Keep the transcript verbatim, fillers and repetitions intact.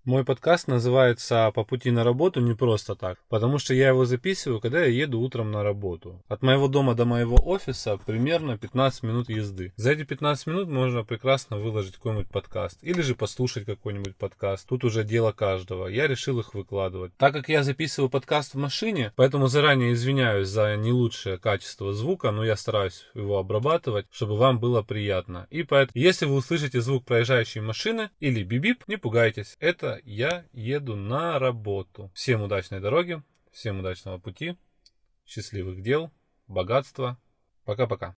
Мой подкаст называется «По пути на работу» не просто так, потому что я его записываю, когда я еду утром на работу. От моего дома до моего офиса примерно пятнадцать минут езды. За эти пятнадцать минут можно прекрасно выложить какой-нибудь подкаст или же послушать какой-нибудь подкаст. Тут уже дело каждого. Я решил их выкладывать. Так как я записываю подкаст в машине, поэтому заранее извиняюсь за не лучшее качество звука, но я стараюсь его обрабатывать, чтобы вам было приятно. И поэтому, если вы услышите звук проезжающей машины или бип-бип, не пугайтесь. Это я еду на работу. Всем удачной дороги, всем удачного пути, счастливых дел, богатства. Пока-пока.